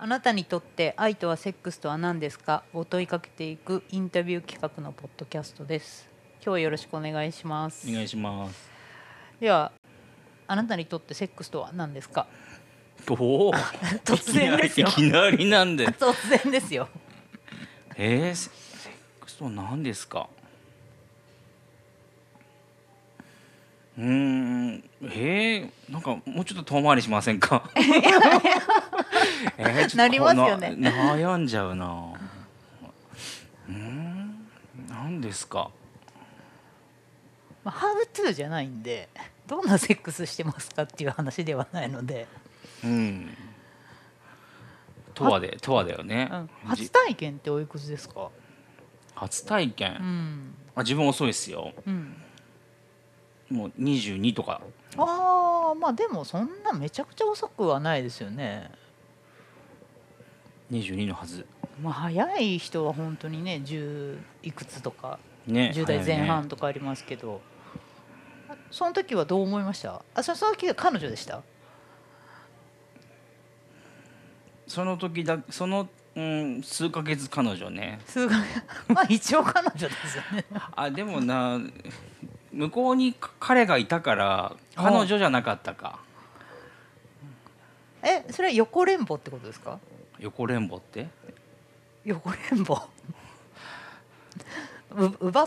あなたにとって愛とはセックスとは何ですかを問いかけていくインタビュー企画のポッドキャストです。今日はよろしくお願いします。 お願いします。 では、あなたにとってセックスとは何ですか？ おお、 突然ですよ。 いきなりなんで。 突然ですよ。 セックスとは何ですか？なんかもうちょっと遠回りしませんか？ なりますよね。 悩んじゃうな。何ですか？ ハウトゥーじゃないんで、どんなセックスしてますかっていう話ではないので。 とはだよね。 初体験っておいくつですか？ 初体験、自分遅いですよ。もう22とか。 まあでもそんなめちゃくちゃ遅くはないですよね。 22のはず。 まあ早い人は本当にね10いくつとか、 ね、 10代前半とかありますけど、その時はどう思いました？その時は彼女でした？ その時数ヶ月彼女ね。 まあ一応彼女ですよね。 でもな、向こうに彼がいたから彼女じゃなかったか。 それは横連母ってことですか？ 横連母って？ 横連母奪った？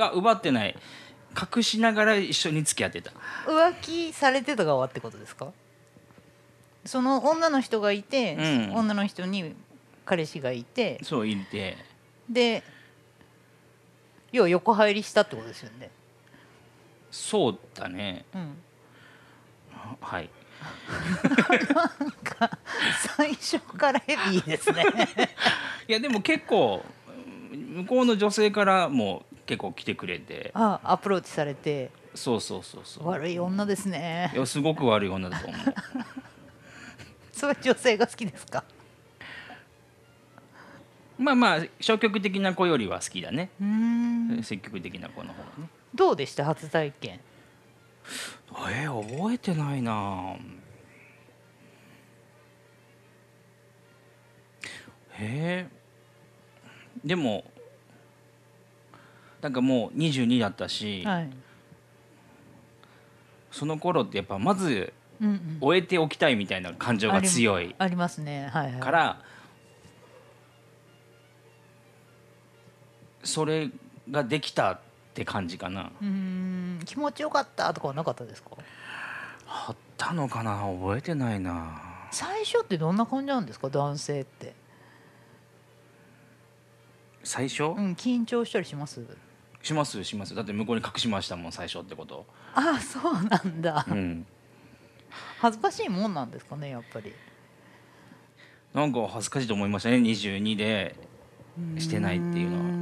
奪ってない。隠しながら一緒に付き合ってた。 浮気されてた側ってことですか？その女の人がいて、女の人に彼氏がいて、 そういて、 で要は横入りしたってことですよね。 そうだね。はい。 なんか最初からヘビーですね。 いやでも結構向こうの女性からも結構来てくれて、 アプローチされて。 そう悪い女ですね。 いやすごく悪い女だと思う。 そういう女性が好きですか？ まあ消極的な子よりは好きだね。積極的な子の方がね。 どうでした初体験？ 覚えてないな。でもなんかもう22だったし、その頃ってやっぱまず終えておきたいみたいな感情が強いありますね。 から、それができたって感じかな。 気持ちよかったとかはなかったですか？ あったのかな、覚えてないな。 最初ってどんな感じなんですか、男性って。 最初？ 緊張したりします？ します。だって向こうに隠しましたもん、最初ってこと。 そうなんだ。恥ずかしいもんなんですかね、やっぱり。 なんか恥ずかしいと思いましたね、22でしてないっていうのは。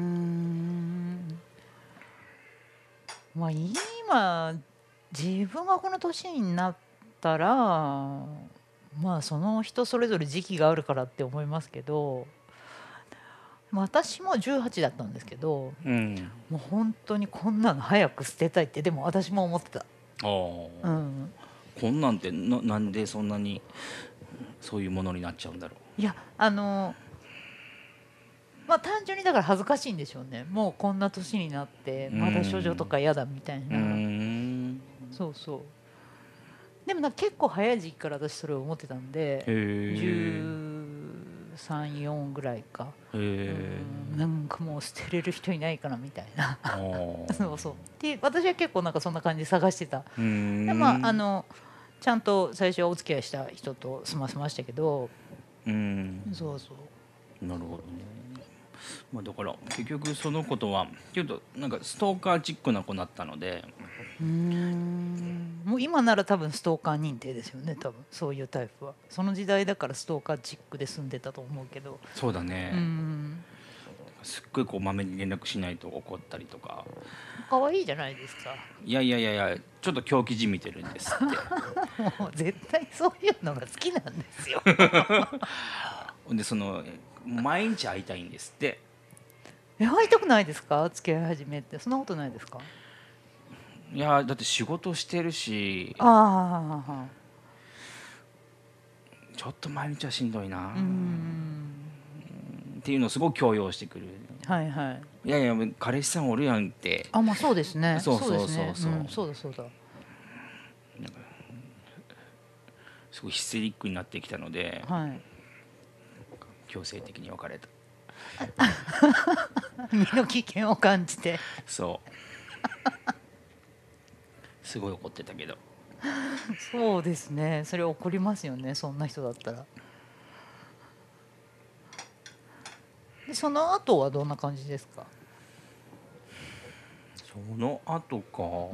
まあ今自分がこの年になったら、まあその人それぞれ時期があるからって思いますけど、私も18だったんですけど、もう本当にこんなの早く捨てたいってでも私も思ってた。 こんなんてなんでそんなにそういうものになっちゃうんだろう。 いやまあ単純にだから恥ずかしいんでしょうね。もうこんな年になってまだ処女とか嫌だみたいな。そうでもなんか結構早い時期から私それを思ってたんで、13、4ぐらいか。なんかもう捨てれる人いないかなみたいな。で私は結構なんかそんな感じで探してた。でまあちゃんと最初はお付き合いした人と済ませましたけど。なるほどね。だから結局そのことはちょっとなんかストーカーチックな子だったので、 もう今なら多分ストーカー認定ですよね、多分そういうタイプは。その時代だからストーカーチックで住んでたと思うけど。 そうだね。すっごいこうまめに連絡しないと怒ったりとか。 可愛いじゃないですか。 いやちょっと狂気じみてるんですってもう絶対そういうのが好きなんですよ。 で毎日会いたいんですって。 会いたくないですか？付き合い始めってそんなことないですか？ いやだって仕事してるし、ちちょっと毎日はしんどいな、 うんっていうのをすごく強要してくる。 はいはい。 いやいや彼氏さんおるやんって。 あ、まあそうですね。 そうそうそうですね。 そうそう、 そうだそうだ。 すごいヒステリックになってきたので、 はい。 強制的に別れた。 身の危険を感じて。 そうすごい怒ってたけど。 そうですね。それ怒りますよね。そんな人だったら。で、その後はどんな感じですか。 その後か、 うん。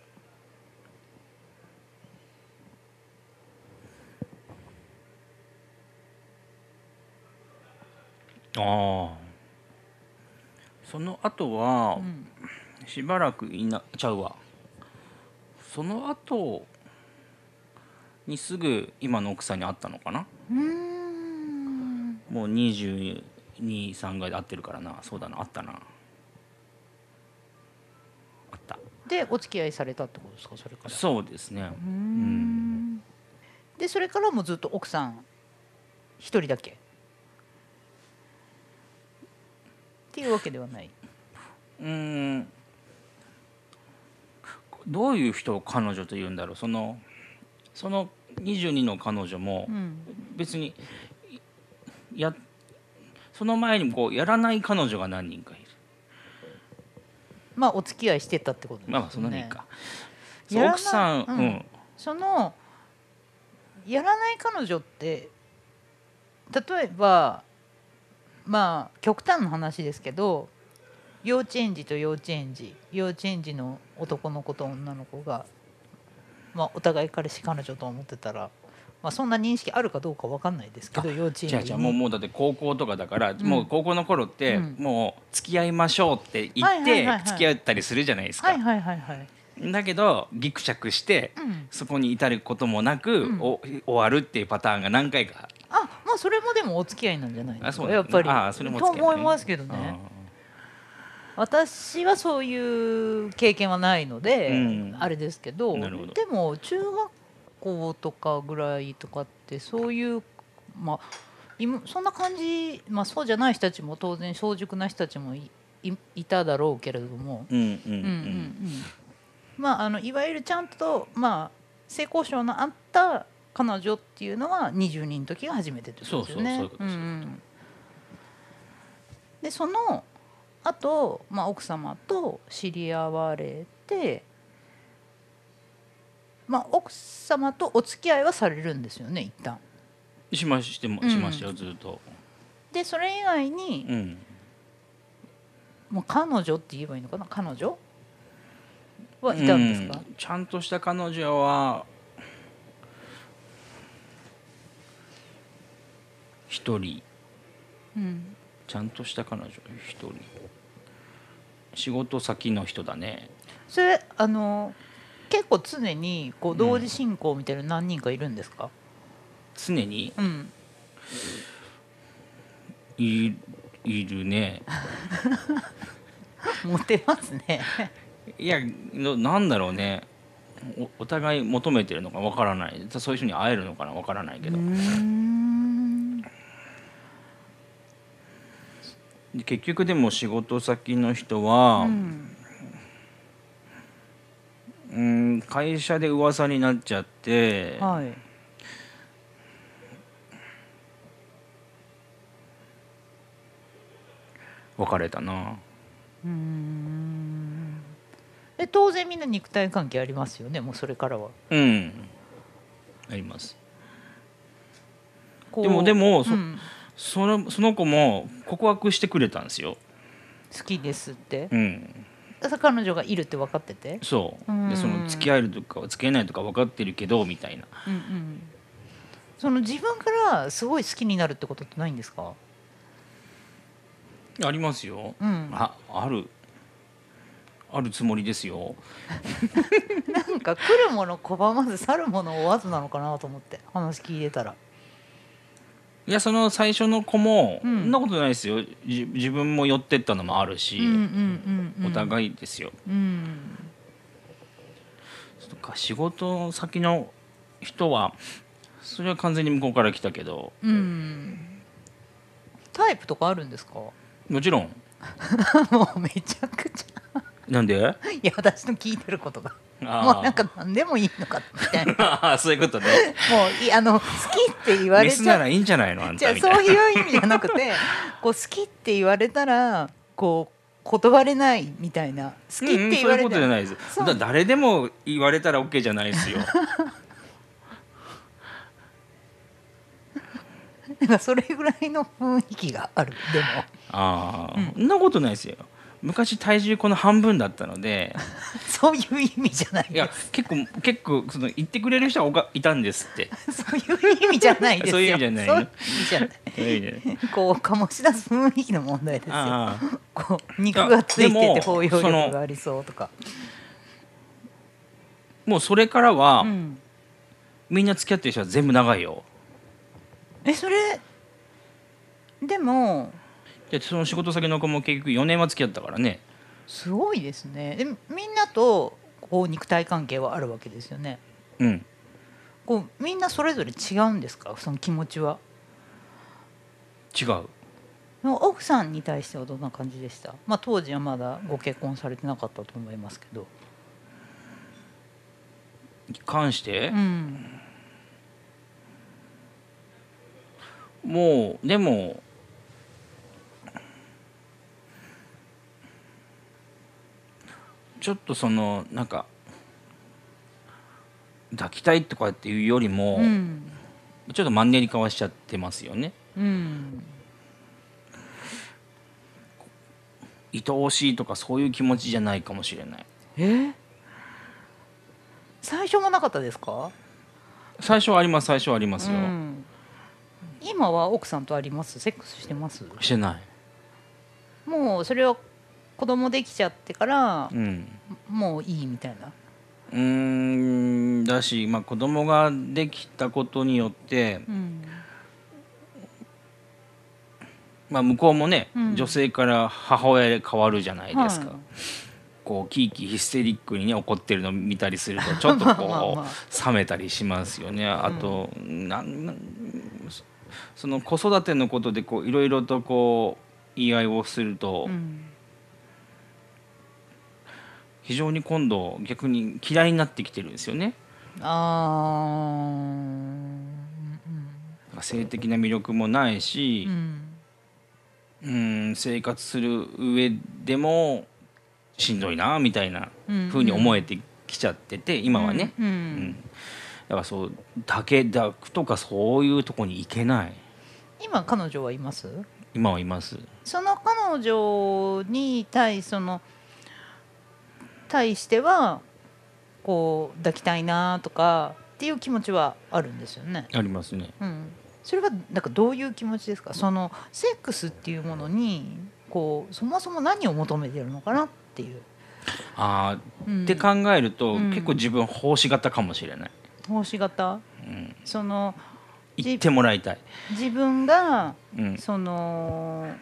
ああその後はうん。 しばらくちゃうわ。その後にすぐ今の奥さんに会ったのかな。 うーん。 もう22、3ぐらいで会ってるからな。そうだな、会ったな、会った。 で、お付き合いされたってことですか、それから。 そうですね。 うーん。で、それからもずっと奥さん一人だけっていうわけではない。 うんどういう人を彼女と言うんだろう。その22の彼女もうん。 別にやその前にこうやらない彼女が何人かいる。 まあお付き合いしてたってことですよね。 まあそんなにいいか。そうやら奥さん、 な、うん。そのやらない彼女って例えばまあ極端な話ですけど、幼稚園児と幼稚園児、幼稚園児の男の子と女の子が、まあ、お互い彼氏彼女と思ってたら、まあ、そんな認識あるかどうか分かんないですけど、幼稚園児に。 もうだって高校とかだから、 うんもう高校の頃ってうんもう付き合いましょうって言はいっはいはいはいて付き合ったりするじゃないですか。 はいはいはいはい。 だけどギクシャクしてうんそこに至ることもなく、 うん終わるっていうパターンが何回か。 あ、まあそれもでもお付き合いなんじゃないですか、 そうなんだね。 やっぱり。 それもと付き合いね。 思いますけどね。私はそういう経験はないので、あれですけど、 なるほど。 でも中学校とかぐらいとかってそういうまあそんな感じ、まあ、そうじゃない人たちも当然早熟な人たちもいただろうけれども、まあいわゆるちゃんと、まあ、性交渉のあった彼女っていうのは22人の時が初めてってことですよね。でそのあと、まあ、奥様と知り合われて、まあ、奥様とお付き合いはされるんですよね、一旦。 しましたよずっと。 でそれ以外に、もう彼女って言えばいいのかな、彼女はいたんですか。 ちゃんとした彼女は一人、ちゃんとした彼女一人、仕事先の人だね。 それ結構常にこう同時進行みたいな何人かいるんですか。 常に、いるね。 モテますね。 いやなんだろうね。お互い求めてるのかわからない。そういう人に会えるのかなわからないけど。結局でも仕事先の人は、会社で噂になっちゃって、 はい、 別れたな。 当然みんな肉体関係ありますよね、もうそれからは。 あります。 でも、その子も告白してくれたんですよ。 好きですって。彼女がいるって分かってて。 そうでその付き合えるとか付き合えないとか分かってるけどみたいな。 その自分からすごい好きになるってことってないんですか。 ありますよ。あるつもりですよ。 なんか来るもの拒まず去るもの追わずなのかなと思って話聞いてたら。 いやその最初の子もそんなことないですよ。自分も寄ってったのもあるし、お互いですよ。そっか仕事先の人はそれは完全に向こうから来たけど。 タイプとかあるんですか？ もちろん。 もうめちゃくちゃなんで？ いや私の聞いてることがもうなんか何でもいいのかみたいなそういうことね。 もう好きって言われちゃう。 メスならいいんじゃないのあんたみたいな。 そういう意味じゃなくてこう好きって言われたらこう断れないみたいな。好きって言われたら、 そういうことじゃないです。誰でも言われたら OK じゃないですよ。 なんかそれぐらいの雰囲気がある。でもそんなことないですよ。昔体重この半分だったのでそういう意味じゃないです。 いや結構その言ってくれる人がいたんですって。 そういう意味じゃないですよ。 そういう意味じゃないの。 そういう意味じゃない。こう醸し出す雰囲気の問題ですよ。こう肉がついてて包容力がありそうとか。 もうそれからは、みんな付き合ってる人は全部長いよ。 それでもその仕事先の子も結局4年は付き合ったからね。 すごいですね。でみんなとこう肉体関係はあるわけですよね。こうみんなそれぞれ違うんですか？その気持ちは。 違う。 奥さんに対してはどんな感じでした？当時はまだご結婚されてなかったと思いますけど。 に関して、もうでもちょっとなんか抱きたいとかっていうよりも、ちょっとマンネリ化はしちゃってますよね。愛おしいとかそういう気持ちじゃないかもしれない。 最初もなかったですか？ 最初はあります。最初はありますよ。 今は奥さんとあります？セックスしてます？ してない。 もうそれは子供できちゃってから、もういいみたいな。 だし、子供ができたことによって、向こうもね、女性から母親へ変わるじゃないですか。こうキーキーヒステリックにね怒ってるのを見たりするとちょっとこう冷めたりしますよね。あとその子育てのことでいろいろとこう言い合いをすると、非常に今度逆に嫌いになってきてるんですよね。性的な魅力もないし、生活する上でもしんどいなみたいな風に思えてきちゃってて、今はね。だからそう抱くとかそういうとこに行けない。 今彼女はいます？ 今はいます。 その彼女に対してはこう抱きたいなとかっていう気持ちはあるんですよね。 ありますね。 それはなんかどういう気持ちですか？そのセックスっていうものにこうそもそも何を求めてるのかなっていう。 って考えると、結構自分奉仕型かもしれない。 奉仕型？その言ってもらいたい。 自分が、その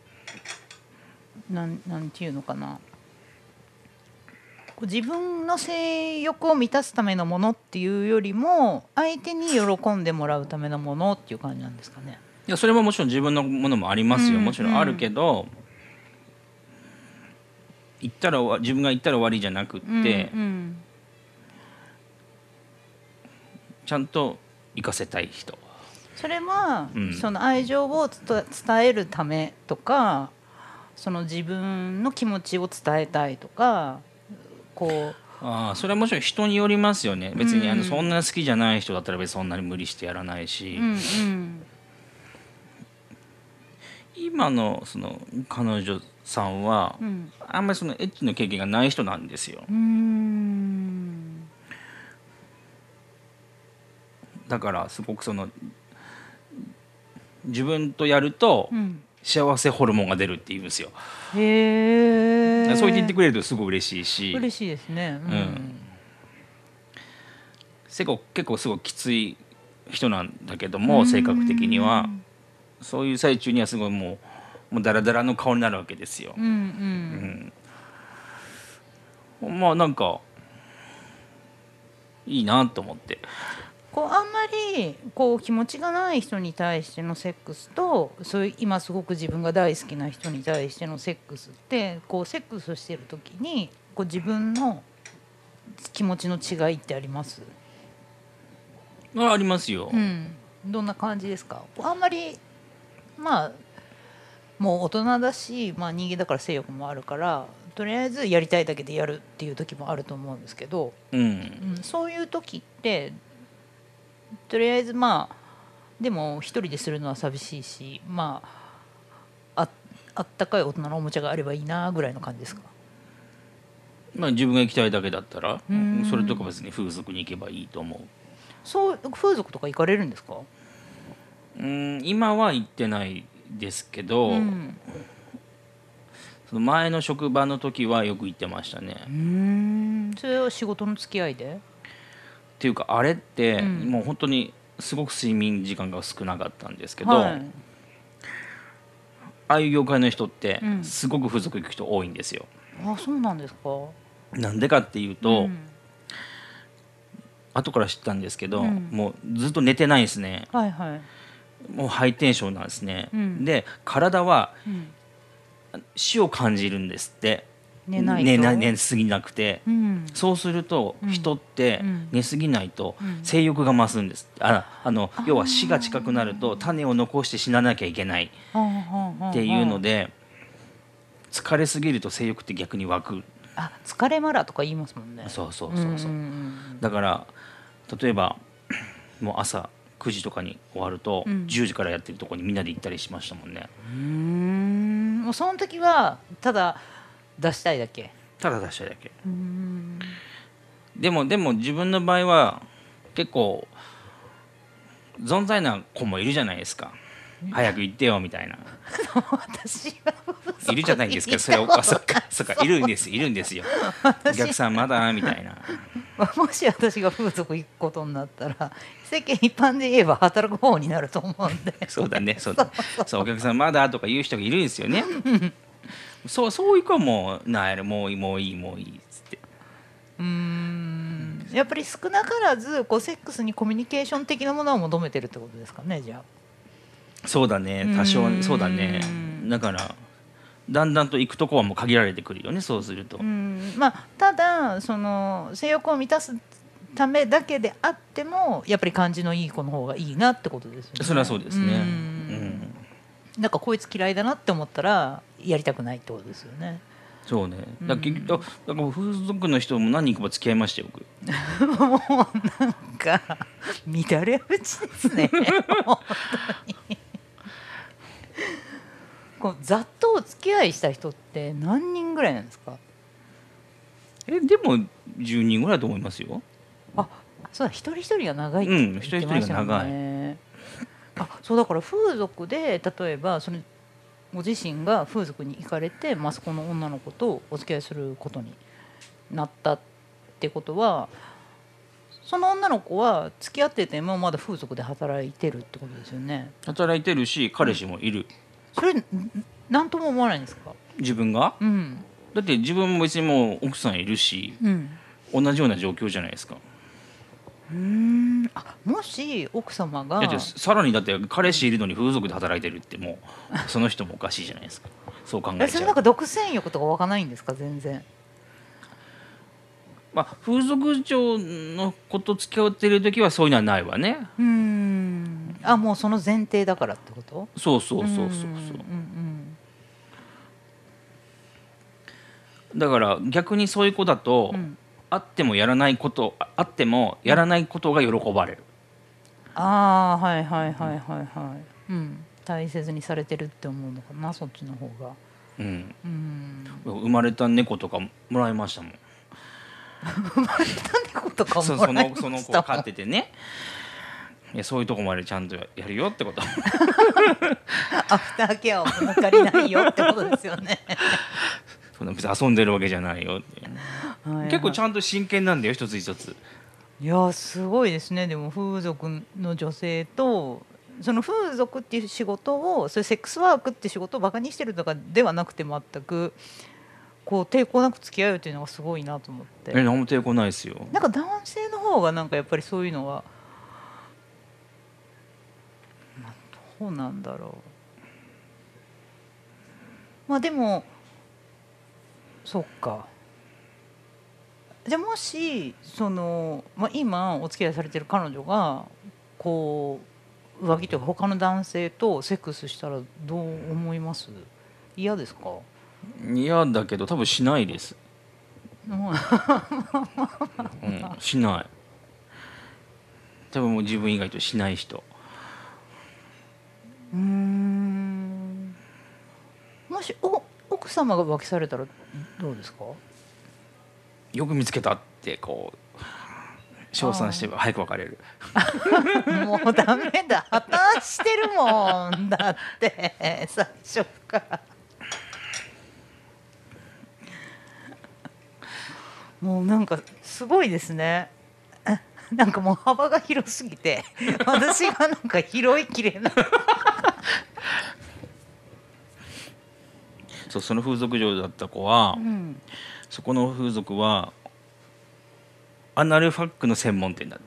なんていうのかな、自分の性欲を満たすためのものっていうよりも相手に喜んでもらうためのものっていう感じなんですかね。 いやそれももちろん自分のものもありますよ。もちろんあるけど、自分が言ったら終わりじゃなくって、ちゃんと生かせたい人。 それは、その愛情を伝えるためとか、その自分の気持ちを伝えたいとか、こうそれはもちろん人によりますよね。別にそんな好きじゃない人だったら別にそんなに無理してやらないし、今のその彼女さんは、あんまりそのエッチの経験がない人なんですよ。だからすごく自分とやると幸せホルモンが出るって言うんですよ。そう言ってくれるとすごい嬉しいし。 嬉しいですね。 結構すごいきつい人なんだけども、性格的にはそういう最中にはすごいもうダラダラの顔になるわけですよ。なんかいいなと思って。 こうあんまりこう気持ちがない人に対してのセックスと、そういう今すごく自分が大好きな人に対してのセックスって、こうセックスしてる時にこう自分の気持ちの違いってあります？ ありますよ。 うん、どんな感じですか？あんまりまあもう大人だし、まあ、人間だから性欲もあるから、とりあえずやりたいだけでやるっていう時もあると思うんですけど、 うんうん、そういう時ってとりあえずまあでも一人でするのは寂しいし、まあったかい大人のおもちゃがあればいいなぐらいの感じですか？ まあ自分が行きたいだけだったらんそれとか別に風俗に行けばいいと思う。 そう風俗とか行かれるんですか？ 今は行ってないですけど、 うんその前の職場の時はよく行ってましたね。 それは仕事の付き合いで？ っていうかあれって、 うんもう本当にすごく睡眠時間が少なかったんですけど、 はい、 ああいう業界の人ってうんすごく風俗行く人多いんですよ。 あそうなんですか？ なんでかっていううと、 ん後から知ったんですけど、 うんもうずっと寝てないんですね。 はいはい、 もうハイテンションなんですね。 うんで体はうん死を感じるんですって。 寝ないと寝すぎなくて、 うんそうするとうん人ってうん寝すぎないとうん性欲が増すんです。要は死が近くなると種を残して死ななきゃいけないっていうので、疲れすぎると性欲って逆に湧く。 あ疲れマラとか言いますもんね。 そうそうそうそう。 んだから例えばもう朝9時とかに終わるとうん 10時からやってるとこにみんなで行ったりしましたもんね。 もうその時はただ出したいだけ。 ただ出したいだけ。でも自分の場合は結構存在な子もいるじゃないですか。早く行ってよみたいな。 私はいるじゃないですか。それをそっかいるんですよ。お客さんまだみたいな。 もし私が風俗行くことになったら世間一般で言えば働く方になると思うんでそうだねそうお客さんまだとか言う人がいるんですよね。そういう子はもうもういいっつって。 やっぱり少なからずこうセックスにコミュニケーション的なものを求めてるってことですかね、じゃあ。 そうだね多少そうだね。だからだんだんと行くとこはもう限られてくるよね、そうすると。 まあ、ただその性欲を満たすためだけであってもやっぱり感じのいい子の方がいいなってことですよね。 それはそうですね。 なんかこいつ嫌いだなって思ったらやりたくないってことですよね。 そうね。だから風俗の人も何人かも付き合いましたよ僕。 もうなんか乱れ打ちですね本当にこうざっとお付き合いした人って何人ぐらいなんですか？ でも10人ぐらいだと思いますよ。 あ、そうだ、一人一人が長いって言ってましたよね。あ、そうだから風俗で例えばそのご自身が風俗に行かれて、そこの女の子とお付き合いすることになったってことは、その女の子は付き合っててもまだ風俗で働いてるってことですよね。 働いてるし彼氏もいる。 それ何とも思わないんですか？ 自分が、 うんだって自分も別にもう奥さんいるし、同じような状況じゃないですか。 もし奥様がだってさらにだって彼氏いるのに風俗で働いてるってもうその人もおかしいじゃないですか。そう考えちゃう。 それなんか独占欲とか湧かないんですか？全然。 風俗嬢の子と付き合ってる時はそういうのはないわね。 もうその前提だからってこと？ そうだから逆にそういう子だと、あってもやらないことが喜ばれる。 大切にされてるって思うのかな、そっちの方が。 生まれた猫とかもらいましたもん。 生まれた猫とかもらいましたもん。 その子飼っててね。いやそういうとこまでちゃんとやるよってこと。 アフターケアを抜かりないよってことですよね。 そんな別に遊んでるわけじゃないよっていう、結構ちゃんと真剣なんだよ一つ一つ。 いやすごいですね。でも風俗の女性とその風俗っていう仕事を、それセックスワークっていう仕事をバカにしてるとかではなくて、全くこう抵抗なく付き合うっていうのがすごいなと思って。 何も抵抗ないですよ。 なんか男性の方がなんかやっぱりそういうのはうなんだろう。まあでもそっか。じゃあもし今お付き合いされてる彼女がこう浮気というか他の男性とセックスしたらどう思います？嫌ですか？ 嫌だけど多分しないです。 もうん、しない。多分もう自分以外としない人。 もし奥様が浮気されたらどうですか？ よく見つけたってこう称賛して早く別れる。 もうダメだ、破綻してるもんだって最初から。もうなんかすごいですね。なんかもう幅が広すぎて私がなんか拾いきれない。 その風俗嬢だった子は、 うん、 そこの風俗はアナルファックの専門店だった。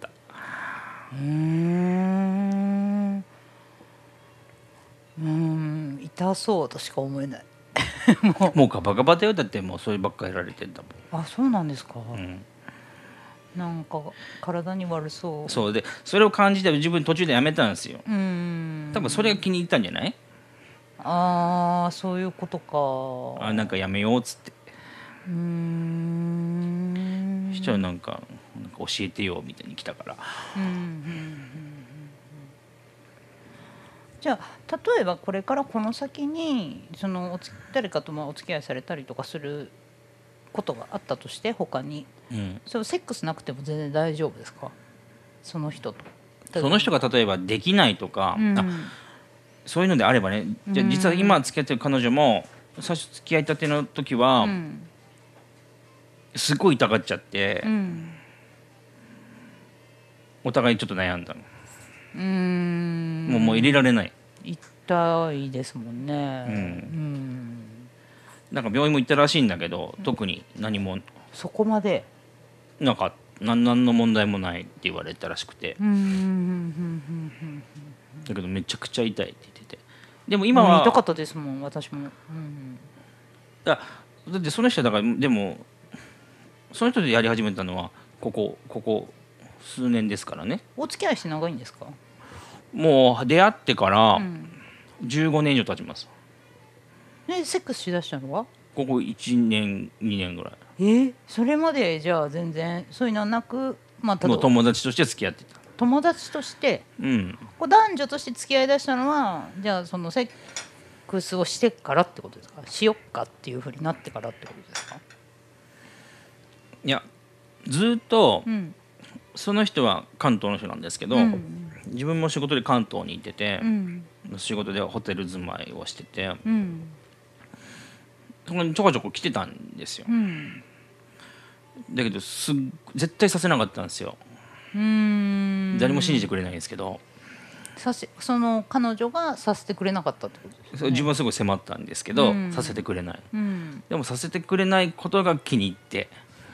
痛そうとしか思えない。 もうガバガバだよ。だってもうそればっかりやられてんだあ、そうなんですか。 もん、うん、 なんか体に悪そう。 そうでそれを感じて自分途中でやめたんですよ。多分それが気に入ったんじゃない？ ああ、そういうことか。 なんかやめようっつって。そしたらなんか教えてよみたいに来たから。 じゃあ例えばこれからこの先に誰かとお付き合いされたりとかすることがあったとして、他に、それセックスなくても全然大丈夫ですか？その人と。 その人が例えばできないとか、そういうのであればね。じゃあ実は今付き合ってる彼女も最初付き合いたての時は、すごい痛がっちゃって、お互いちょっと悩んだの。もう入れられない。 痛いですもんね。 なんか病院も行ったらしいんだけど、特に何もそこまでなんか何の問題もないって言われたらしくて、だけどめちゃくちゃ痛いって言ってて、でも今は痛かったですもん私も。 だってその人だから、でもその人でやり始めたのはここ数年ですからね。 お付き合いして長いんですか？ もう出会ってから15年以上経ちます。 セックスしだしたのはここ1年2年ぐらい。 それまでじゃあ全然そういうのはなく、 もう友達として付き合ってた。 友達として、こう男女として付き合いだしたのはじゃあそのセックスをしてからってことですか？しよっかっていうふうになってからってことですか？ いやずっと、その人は関東の人なんですけど、自分も仕事で関東に行ってて、仕事でホテル住まいをしてて、そこにちょこちょこ来てたんですよ。だけど絶対させなかったんですよ。誰も信じてくれないんですけど、 その彼女がさせてくれなかったってことですね。 自分はすごい迫ったんですけど、させてくれない、でもさせてくれないことが気に入って、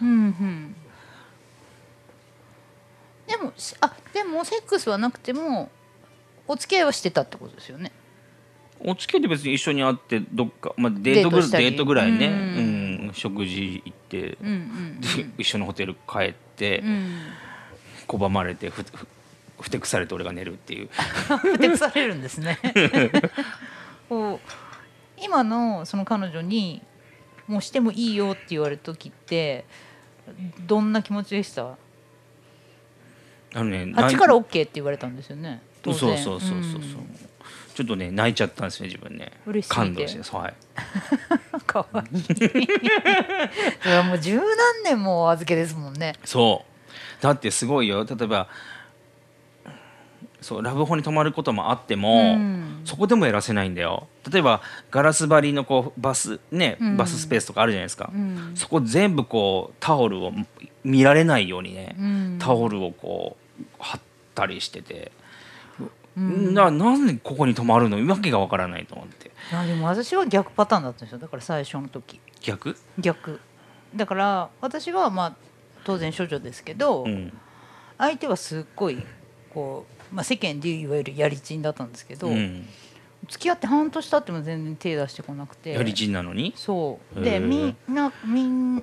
でもセックスはなくてもお付き合いはしてたってことですよね。 お付き合いで別に一緒に会ってどっか、デートぐらいね、食事行って、で一緒のホテル帰って、拒まれてふてくされて俺が寝るっていうふてくされるんですね。こう今のその彼女にもうしてもいいよって言われた時ってどんな気持ちでした？あっちから OK って言われたんですよね。 そうちょっとね泣いちゃったんですね自分ね。 嬉しすぎて感動して、はいかわいい。それはもう十何年もお預けですもんね。 そうだってすごいよ。例えばラブホに泊まることもあっても、そこでもやらせないんだよ。例えばガラス張りのバススペースとかあるじゃないですか、そこ全部タオルを見られないようにね、タオルを貼ったりしてて、なんでここに泊まるのわけがわからないと思って。 でも私は逆パターンだったんですよ。だから最初の時逆だから私は当然処女ですけど、相手はすっごいまあ、世間でいわゆるやりちんだったんですけど、 うん付き合って半年経っても全然手出してこなくて、 やりちんなのに。 そうでへーみんな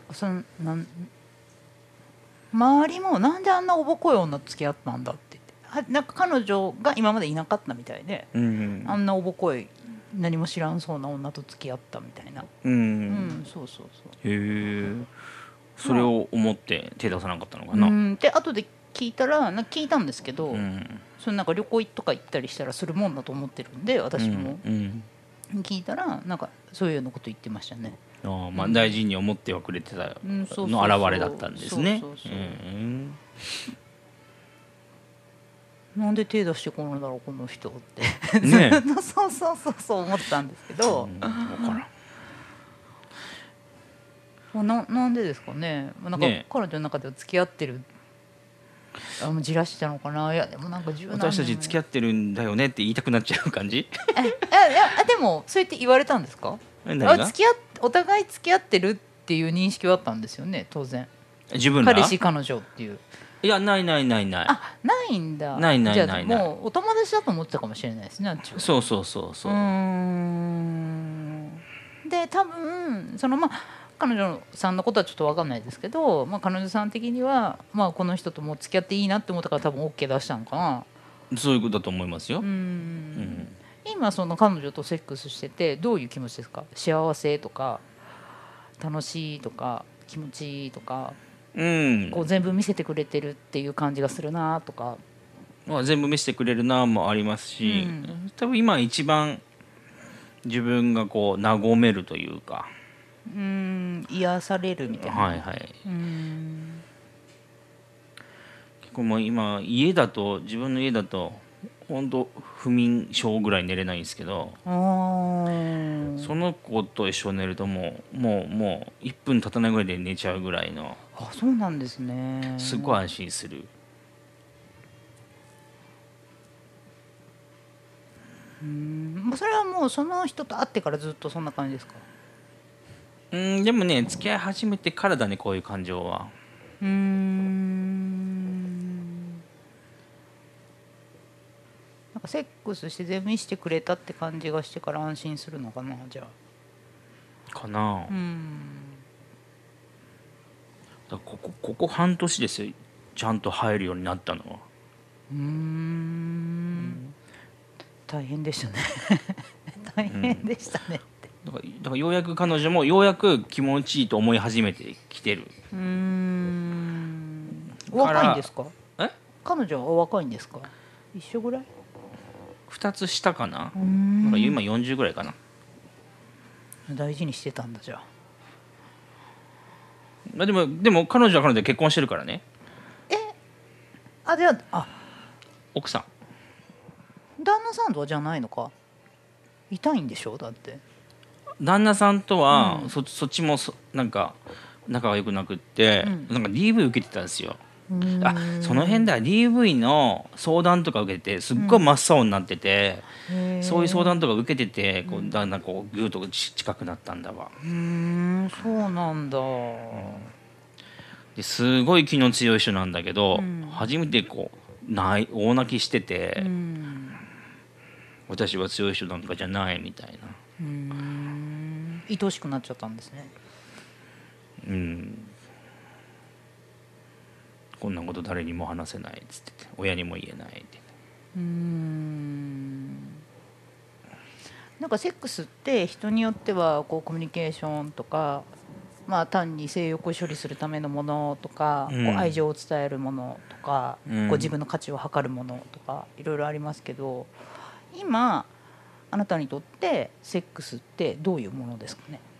周りもなんであんなおぼこい女と付き合ったんだって言って、なんか彼女が今までいなかったみたいで、 うんあんなおぼこい何も知らんそうな女と付き合ったみたいな、 うんうんそうそうそうへえそれを思って手出さなかったのかうな。 んで後で聞いたらなんか聞いたんですけど、 うんそれなんか旅行とか行ったりしたらするもんだと思ってるんで私も、 うん聞いたらなんかそういうようなこと言ってましたね。 ああまあ大事に思ってはくれてたうんそうそうそうの表れだったんですね。 そうそうそううんなんで手出してこないだろうこの人ってねえずっとそう思ってたんですけど、 分からんなんでですかね。なんかね彼女の中では付き合ってるもうじらしてたのかな。いやでもなんか十何年私たち付き合ってるんだよねって言いたくなっちゃう感じ。 いやでもそうやって言われたんですか。 何がお互い付き合ってるっていう認識はあったんですよね当然。 自分ら彼氏彼女っていう。 いやないないないないないんだ。 ないじゃあないもうお友達だと思ってたかもしれないですねあっちは。 そうそうそうそうで多分彼女さんのことはちょっと分かんないですけど、彼女さん的には、この人ともう付き合っていいなって思ったから多分 OK 出したのかな。 そういうことだと思いますよ。 今その彼女とセックスしててどういう気持ちですか。幸せとか楽しいとか気持ちいいとか、こう全部見せてくれてるっていう感じがするなとか、 まあ、全部見せてくれるなもありますし、多分今一番自分がこう和めるというか癒されるみたいな。 はいはい結構もう今家だと自分の家だと本当不眠症ぐらい寝れないんですけど、その子と一緒に寝るともう1分経たないぐらいで寝ちゃうぐらいの。 そうなんですね。 すごい安心する。 それはもうその人と会ってからずっとそんな感じですか。 でもね付き合い始めてからだねこういう感情は。 なんかセックスして全部見せてくれたって感じがしてから安心するのかなじゃあ。 かな。だここ半年ですよちゃんと入るようになったのは。 大変でしたね大変でしたねって、 だからようやく彼女もようやく気持ちいいと思い始めてきてる。 お若いんですか。 彼女はお若いんですか。一緒ぐらい。 2つ下かな。なんか今40ぐらいかな。 大事にしてたんだじゃあ。でも彼女は彼女で結婚してるからね。 じゃあ奥さん旦那さんとはじゃないのか。痛いんでしょだって。 旦那さんとは、そっちもなんか仲が良くなくって、なんか DV 受けてたんですよ。その辺では DV の相談とか受けてすっごい真っ青になってて、そういう相談とか受けててこうだんだんこうグーと近くなったんだわ。 そうなんだ。 ですごい気の強い人なんだけど、初めてこう大泣きしてて、私は強い人なんかじゃないみたいな。 愛しくなっちゃったんですね。 こんなこと誰にも話せないっつってて親にも言えないって。 なんかセックスって人によってはこうコミュニケーションとか、単に性欲を処理するためのものとか、こう愛情を伝えるものとか、こう自分の価値を測るものとかいろいろありますけど、今あなたにとってセックスってどういうものですかね。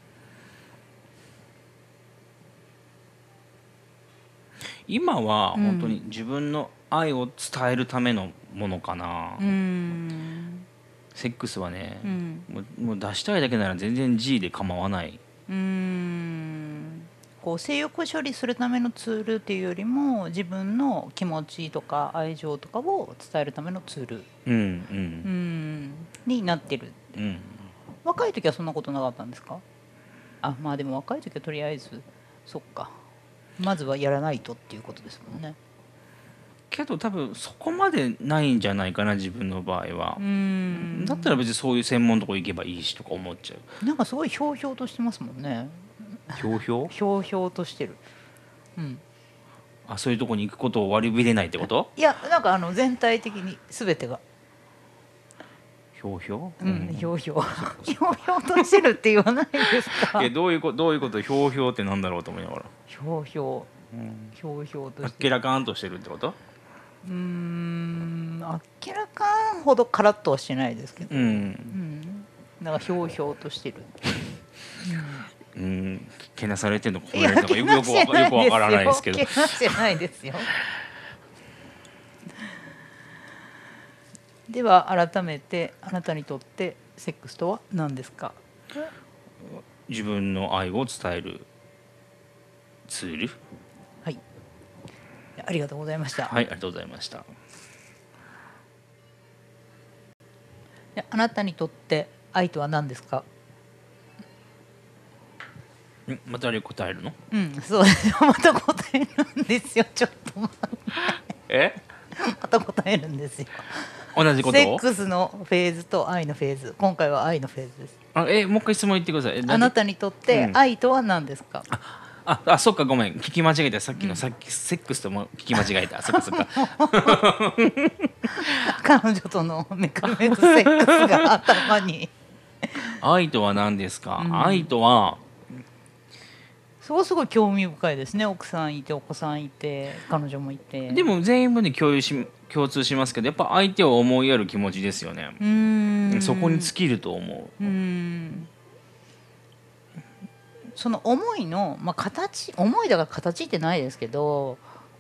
今は本当に自分の愛を伝えるためのものかな。セックスはね、もう出したいだけなら全然 G で構わない。 こう性欲を処理するためのツールっていうよりも自分の気持ちとか愛情とかを伝えるためのツール、になってる、若い時はそんなことなかったんですか。でも若い時はとりあえずそっかまずはやらないとっていうことですもんね。 けど多分そこまでないんじゃないかな自分の場合は。だったら別にそういう専門のとこ行けばいいしとか思っちゃう。 なんかすごいひょうひょうとしてますもんね。 ひょうひょうひょうひょうとしてる。 あ、そういうとこに行くことを割り切れないってこと？ いや、なんか全体的に全てがひょうひょう、 ひょうひょうひょうひょうとしてるって言わないですか。 どういうことひょうひょうってなんだろうと思いながら。 ひょうひょう、ひょうひょうとしてる。 あっけらかんとしてるってこと？ あっけらかんほどカラッとはしてないですけど、なんかひょうひょうとしてる。 けなされてるのか褒められてるのかよくわからないですけど。 けなしてないですよ。では改めて、あなたにとってセックスとは何ですか？ 自分の愛を伝えるツール。 はい、ありがとうございました。 はい、ありがとうございました。 あなたにとって愛とは何ですか？ また答えるの？ そうですよ。また答えるんですよ。ちょっと待って。また答えるんですよ。 同じことを？ セックスのフェーズと愛のフェーズ。今回は愛のフェーズです。 もう一回質問言ってください。 あなたにとって愛とは何ですか？ そっか、ごめん、聞き間違えた。さっきセックスとも聞き間違えた。そっかそっか。 彼女とのメカメクセックスが頭に。 愛とは何ですか？愛とはすごい興味深いですね。奥さんいて、お子さんいて、彼女もいて。 でも全員分で共通しますけど、やっぱ相手を思いやる気持ちですよね。そこに尽きると思う。 その思いの、形、思いだから形ってないですけど、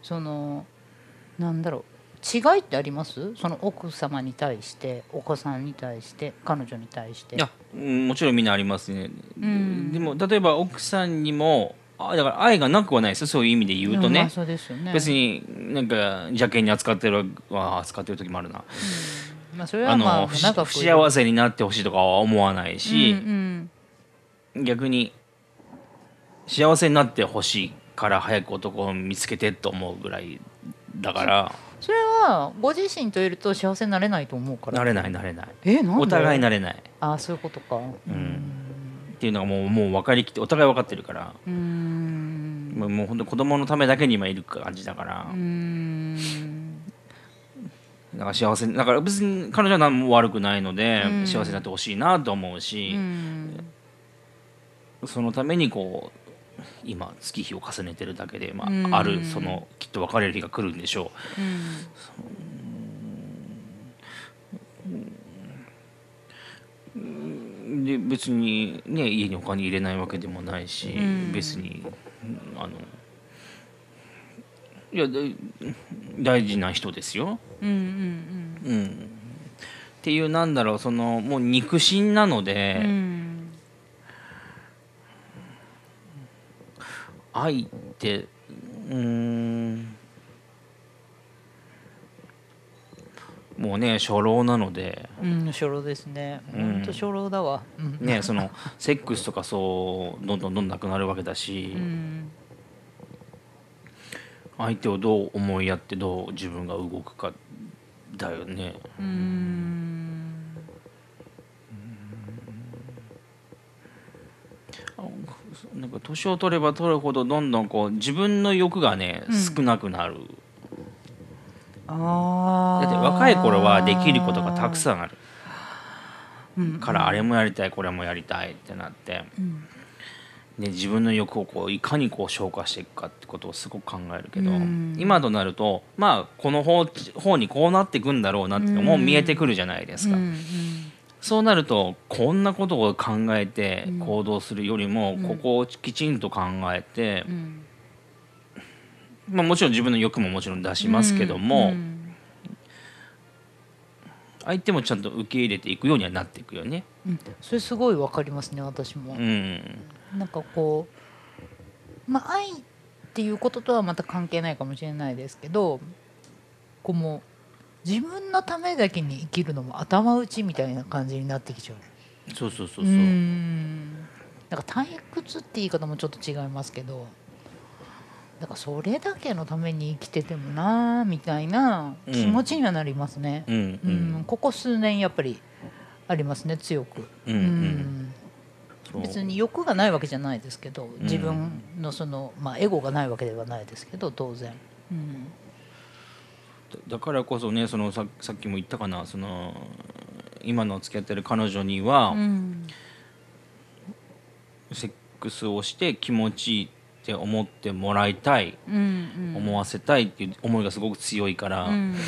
なんだろう、違いってあります？その奥様に対して、お子さんに対して、彼女に対して。 いや、もちろんみんなありますね。でも例えば奥さんにもだから愛がなくはないですよ。そういう意味で言うとね。 そうですよね。 別になんか邪険に扱ってる時もあるな。 それは不幸せになってほしいとかは思わないし、逆に幸せになってほしいから早く男を見つけてと思うぐらいだから。 それはご自身といると幸せになれないと思うから。 なれない。 なんで？ お互いなれない。 そういうことか。 っていうのがもう分かりきって、お互い分かってるから。もう本当子供のためだけに今いる感じだから。だから幸せ、だから別に彼女は何も悪くないので幸せになってほしいなと思うし、そのためにこう今月日を重ねてるだけで、あるそのきっと別れる日が来るんでしょう。で別にね家にお金入れないわけでもないし、別にいや大事な人ですよ。っていうなんだろう、そのもう肉親なので、愛ってもうね初老なので、 初老ですね。本当初老だわ。 ね、そのセックスとかそうどんどんなくなるわけだし、相手をどう思いやってどう自分が動くかだよね。なんか年を取れば取るほどどんどんこう自分の欲がね、少なくなる。だって若い頃はできることがたくさんある、からあれもやりたいこれもやりたいってなって、で自分の欲をこういかにこう消化していくかってことをすごく考えるけど、今となるとこの方にこうなっていくんだろうなっていうのも見えてくるじゃないですか。そうなるとこんなことを考えて行動するよりも、ここをきちんと考えて、もちろん自分の欲ももちろん出しますけども、相手もちゃんと受け入れていくようにはなっていくよね。 それすごいわかりますね、私も。なんかこう、愛っていうこととはまた関係ないかもしれないですけど、こうもう自分のためだけに生きるのも頭打ちみたいな感じになってきちゃう。 そうなんか退屈って言い方もちょっと違いますけど、 だからそれだけのために生きててもなみたいな気持ちにはなりますね、ここ数年やっぱりありますね、強く。別に欲がないわけじゃないですけど、自分のその、エゴがないわけではないですけど当然、 だからこそね、そのさっきも言ったかな、その今の付き合ってる彼女には、セックスをして気持ちいいって思ってもらいたい、思わせたいっていう思いがすごく強いから、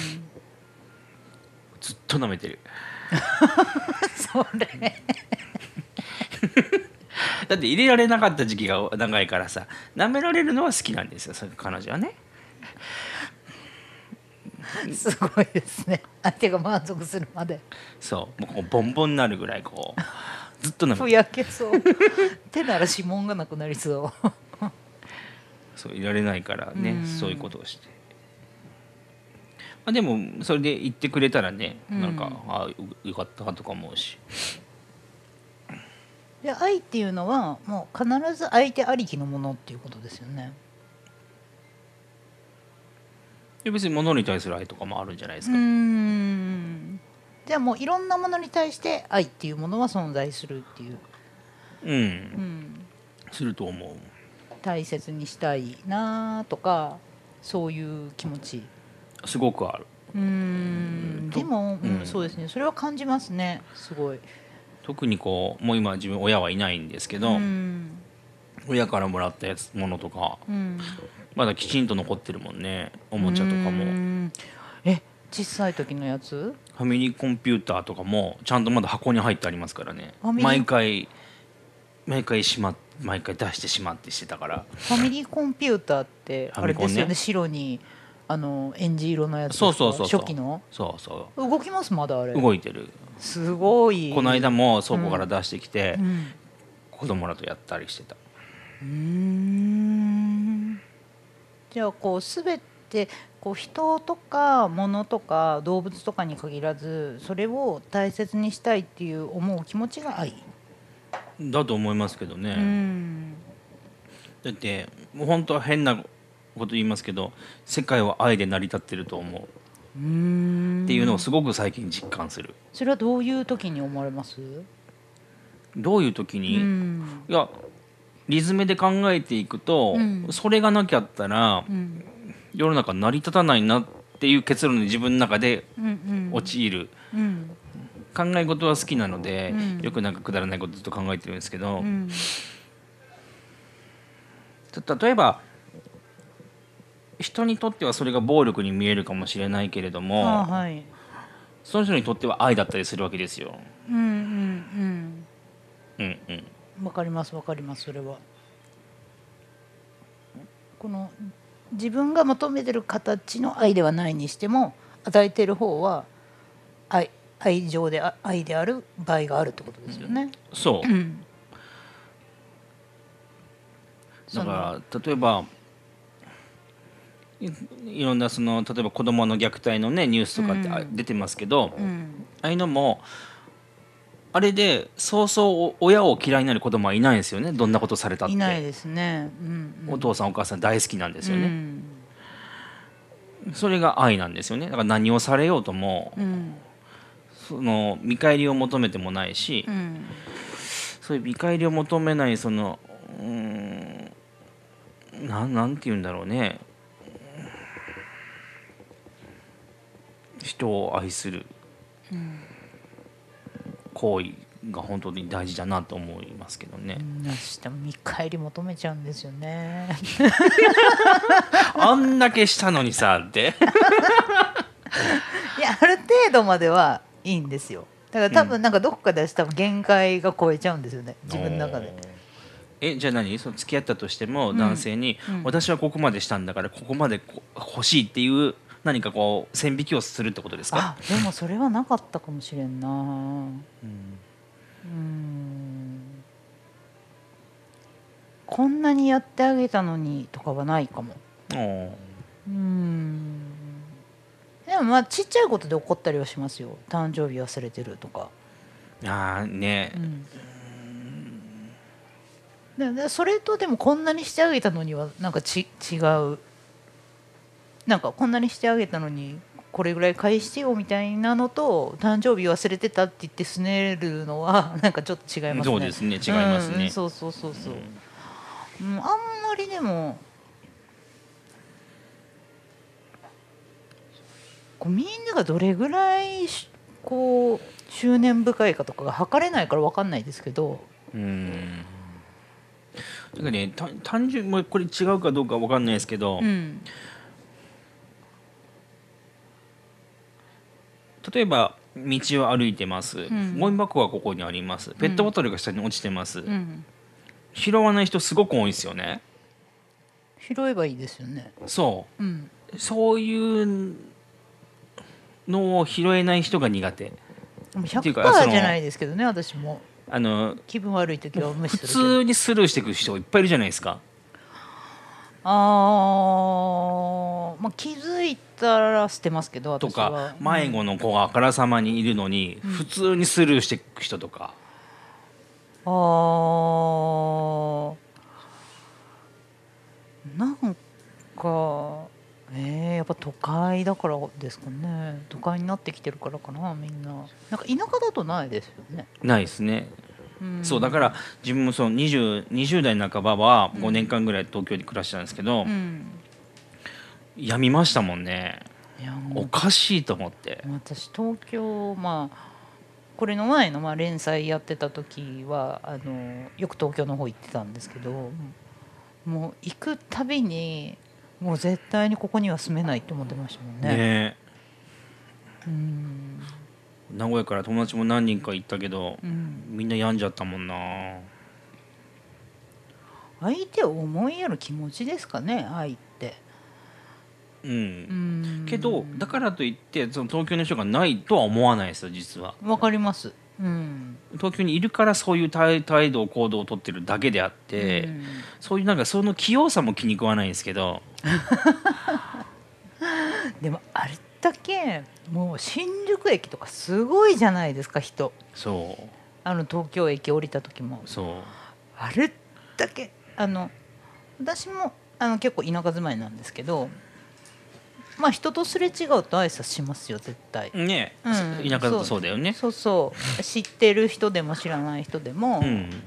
ずっと舐めてるそれだって入れられなかった時期が長いからさ、舐められるのは好きなんですよ、彼女はね。 すごいですね、相手が満足するまで。 そうもうこうボンボンになるぐらいこうずっと舐めてふやけそう手なら指紋がなくなりそうそういられないからね、そういうことをして、でもそれで言ってくれたらね、なんかよかったとか思うし。 で愛っていうのはもう必ず相手ありきのものっていうことですよね。 別に物に対する愛とかもあるんじゃないですか。 じゃあもういろんなものに対して愛っていうものは存在するっていう、 すると思う。 大切にしたいなとかそういう気持ちすごくある。 でも、そうですね、それは感じますね、すごい。 特にこうもう今自分親はいないんですけど、親からもらったものとか、まだきちんと残ってるもんね、おもちゃとかも。 小さい時のやつ、 ファミリーコンピューターとかもちゃんとまだ箱に入ってありますからね。毎回毎回出してしまってしてたから。 ファミリーコンピューターってあれですよね、白にエンジ色のやつ。 そう初期の。動きます、まだあれ。 動いてる。 すごい。 この間も倉庫から出してきて、子供らとやったりしてた。 じゃあこう全てこう人とか物とか動物とかに限らず、それを大切にしたいっていう思う気持ちが愛だと思いますけどね。だってもう本当は変なこと言いますけど、世界は愛で成り立ってると思うっていうのをすごく最近実感する。 それはどういう時に思われます？ どういう時に、いやリズムで考えていくと、それがなきゃったら、世の中成り立たないなっていう結論に自分の中で陥る。考え事は好きなので、よくなんかくだらないことずっと考えてるんですけど、例えば人にとってはそれが暴力に見えるかもしれないけれども、その人にとっては愛だったりするわけですよ。 わかりますわかります。それはこの自分が求めてる形の愛ではないにしても、与えてる方は愛情で愛である場合があるってことですよね。 そう、だから例えばいろんなその例えば子どもの虐待のねニュースとかって出てますけど、ああいうのもあれでそうそう親を嫌いになる子供はいないんですよね。どんなことされたって。 いないですね。 お父さんお母さん大好きなんですよね。それが愛なんですよね。だから何をされようとも、その見返りを求めてもないし、そういう見返りを求めないそのなんて言うんだろうね、人を愛する行為が本当に大事だなと思いますけどね。 でも見返り求めちゃうんですよねあんだけしたのにさっていや、ある程度まではいいんですよ。だから多分なんかどこかで多分限界が超えちゃうんですよね、自分の中で。 じゃあ何、その付き合ったとしても男性に、私はここまでしたんだからここまで欲しいっていう何かこう線引きをするってことですか？ でもそれはなかったかもしれんな。こんなにやってあげたのにとかはないかも。でもまあちっちゃいことで怒ったりはしますよ。誕生日忘れてるとか。ででそれとでもこんなにしてあげたのにはなんか違う、なんかこんなにしてあげたのにこれぐらい返してよみたいなのと、誕生日忘れてたって言ってすねるのはなんかちょっと違いますね。 そうですね、違いますね。 そうそうそうそう、あんまりでもこうみんながどれぐらいこう執念深いかとかが測れないから分かんないですけど、 なんかね、単純もうこれ違うかどうか分かんないですけど、例えば道を歩いてます、ゴミ箱がここにあります、ペットボトルが下に落ちてます、拾わない人すごく多いですよね。 拾えばいいですよね。 そう、そういうのを拾えない人が苦手。 100% じゃないですけどね、私も気分悪い時は無視するけど、 普通にスルーしていく人いっぱいいるじゃないですか。 まあ、気づいたら捨てますけど、私はとか迷子の子があからさまにいるのに、普通にスルーしていく人とか、 なんかやっぱ都会だからですかね。都会になってきてるからかな、みんな。なんか田舎だとないですよね。 ないですね。そうだから自分もその20代半ばは5年間ぐらい東京に暮らしてたんですけど、やみましたもんね。おかしいと思って。 私東京、これの前の連載やってた時はよく東京の方行ってたんですけど、もう行くたびにもう絶対にここには住めないって思ってましたもんね。 名古屋から友達も何人か行ったけど、みんな病んじゃったもんな。 相手を思いやる気持ちですかね、愛って。 けどだからといってその東京の人がないとは思わないですよ、実は。 わかります。 東京にいるからそういう態度行動をとってるだけであって、そういうなんかその器用さも気に食わないんですけどでもあれだけもう新宿駅とかすごいじゃないですか、人。 そう東京駅降りた時もあれだけ私も結構田舎住まいなんですけど、人とすれ違うと挨拶しますよ絶対ね。田舎だとそうだよね。 そう知ってる人でも知らない人でも、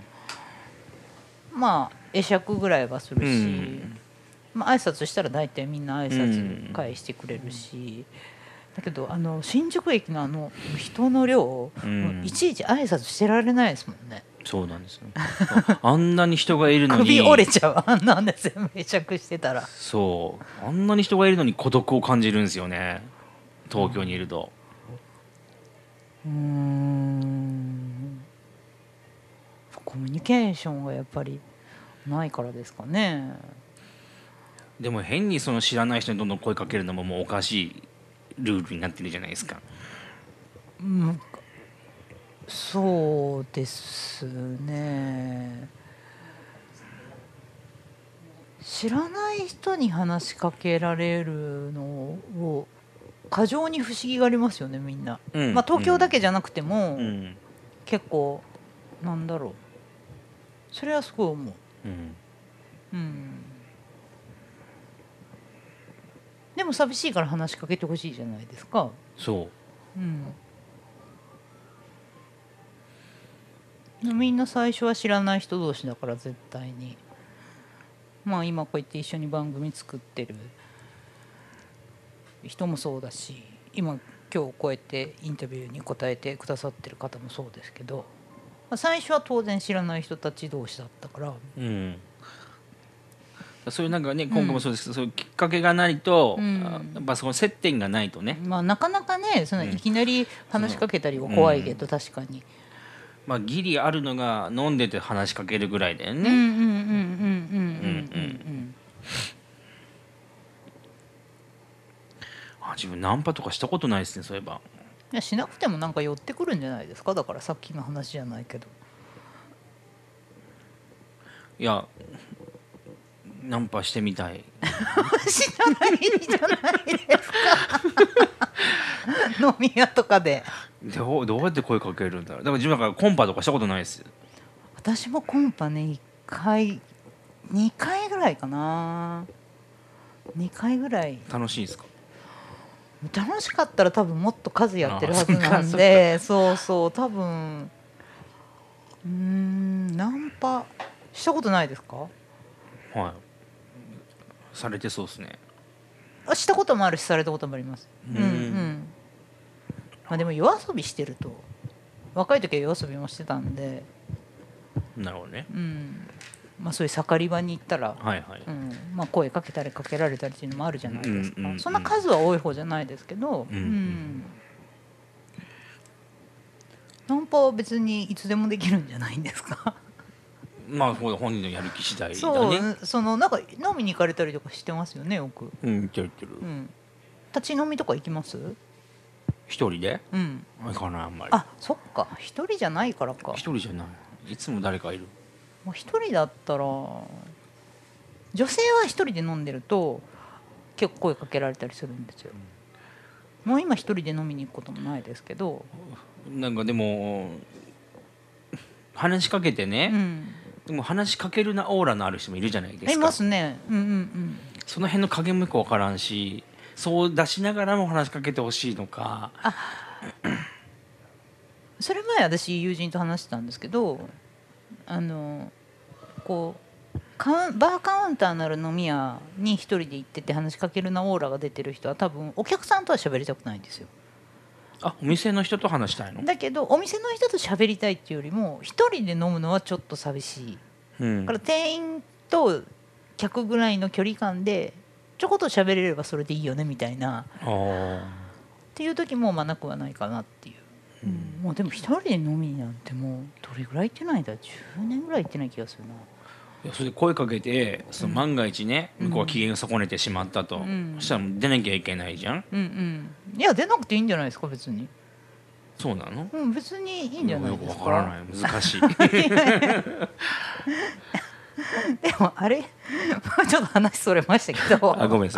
会釈ぐらいはするし、挨拶したら大体みんな挨拶返してくれるし、だけど新宿駅の人の量、いちいち挨拶してられないですもんね。 そうなんですよあんなに人がいるのに首折れちゃう、あんなんでめちゃくしてたら。 そうあんなに人がいるのに孤独を感じるんですよね、東京にいると。 コミュニケーションがやっぱりないからですかね。 でも変にその知らない人にどんどん声かけるのももうおかしいルールになってるじゃないですか。 そうですね。知らない人に話しかけられるのを過剰に不思議がありますよね、みんな。東京だけじゃなくても、結構なんだろう、それはすごい思う。でも寂しいから話しかけてほしいじゃないですか。みんな最初は知らない人同士だから絶対に。今こうやって一緒に番組作ってる人もそうだし、今日こうやってインタビューに答えてくださってる方もそうですけど、最初は当然知らない人たち同士だったから、 そういうなんかね、今後もそうですけど、そういうきっかけがないと、やっぱその接点がないとね、 なかなかね、いきなり話しかけたりは怖いけど、確かにギリあるのが飲んでて話しかけるぐらいだよね。自分ナンパとかしたことないですね、そういえば。 いや、しなくてもなんか寄ってくるんじゃないですか。だからさっきの話じゃないけど。 いや、ナンパしてみたい。 知らないじゃないですか飲み屋とかでどうやって声かけるんだろう。だから自分だからコンパとかしたことないです。 私もコンパね、1 回2回ぐらいかな。2回ぐらい。 楽しいですか？ 楽しかったら多分もっと数やってるはずなんで、そうそう、多分ナンパしたことないですか？ はい、されてそうですね。 したこともあるし、されたこともあります。まあ、でも夜遊びしてると、若い時は夜遊びもしてたんで、 なるほどね。 まあ、そういう盛り場に行ったら、 はいはい。 まあ、声かけたりかけられたりっていうのもあるじゃないですか。そんな数は多い方じゃないですけど、ナンパは別にいつでもできるんじゃないんですか？ まあ本人のやる気次第だね。 そう、なんか飲みに行かれたりとかしてますよね、よく。 行ってる行ってる。 立ち飲みとか行きます？ 一人で？行かない、あんまり。 あ、そっか、一人じゃないからか。 一人じゃない、いつも誰かいる。 一人だったら、女性は一人で飲んでると結構声かけられたりするんですよ。もう今一人で飲みに行くこともないですけど。 なんかでも話しかけてね、でも話しかけるなオーラのある人もいるじゃないですか。 いますね。 その辺の加減もよく分からんし、そう出しながらも話しかけてほしいのか。 それ前私友人と話してたんですけど、こうバーカウンターなる飲み屋に一人で行ってて話しかけるなオーラが出てる人は多分お客さんとは喋りたくないんですよ。 お店の人と話したいの？ だけどお店の人と喋りたいっていうよりも一人で飲むのはちょっと寂しい、だから店員と客ぐらいの距離感でちょこっと喋れればそれでいいよねみたいなっていう時もまあなくはないかなっていう、もうでも一人で飲みなんてもうどれぐらい行ってないんだ、10年ぐらい行ってない気がするな。 いや、それで声かけて、その万が一ね、向こうは機嫌を損ねてしまったと、そしたらもう出なきゃいけないじゃん。 いや出なくていいんじゃないですか別に。 そうなの？ 別にいいんじゃないですか。 よくわからない、難しい。 でもあれちょっと話それましたけどごめんなさい、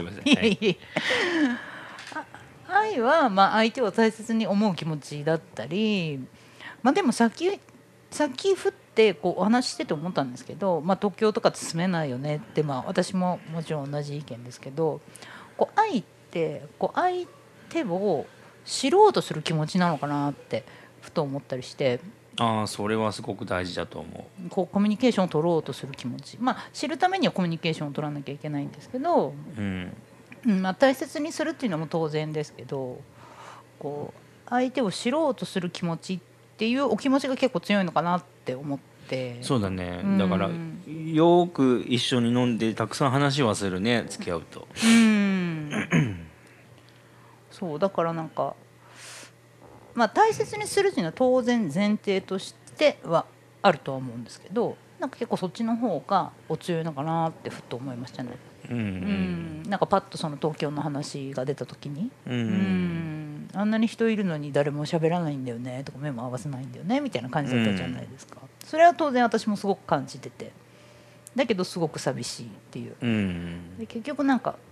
愛はまあ相手を大切に思う気持ちだったり、まあでもさっき振ってこうお話ししてて思ったんですけど、まあ、東京とかって住めないよねって、まあ、私ももちろん同じ意見ですけど、こう愛ってこう相手を知ろうとする気持ちなのかなってふと思ったりして。 それはすごく大事だと思う。 こうコミュニケーションを取ろうとする気持ち、まあ、知るためにはコミュニケーションを取らなきゃいけないんですけど、まあ、大切にするっていうのも当然ですけど、こう相手を知ろうとする気持ちっていうお気持ちが結構強いのかなって思って。 そうだね、だからよく一緒に飲んでたくさん話はするね、付き合うと。 そうだからなんか、まあ、大切にするっていうのは当然前提としてはあるとは思うんですけど、なんか結構そっちの方がお強いのかなってふっと思いましたね。なんかパッとその東京の話が出た時に、あんなに人いるのに誰も喋らないんだよねとか目も合わせないんだよねみたいな感じだったじゃないですか。それは当然私もすごく感じてて、だけどすごく寂しいっていう、で結局なんか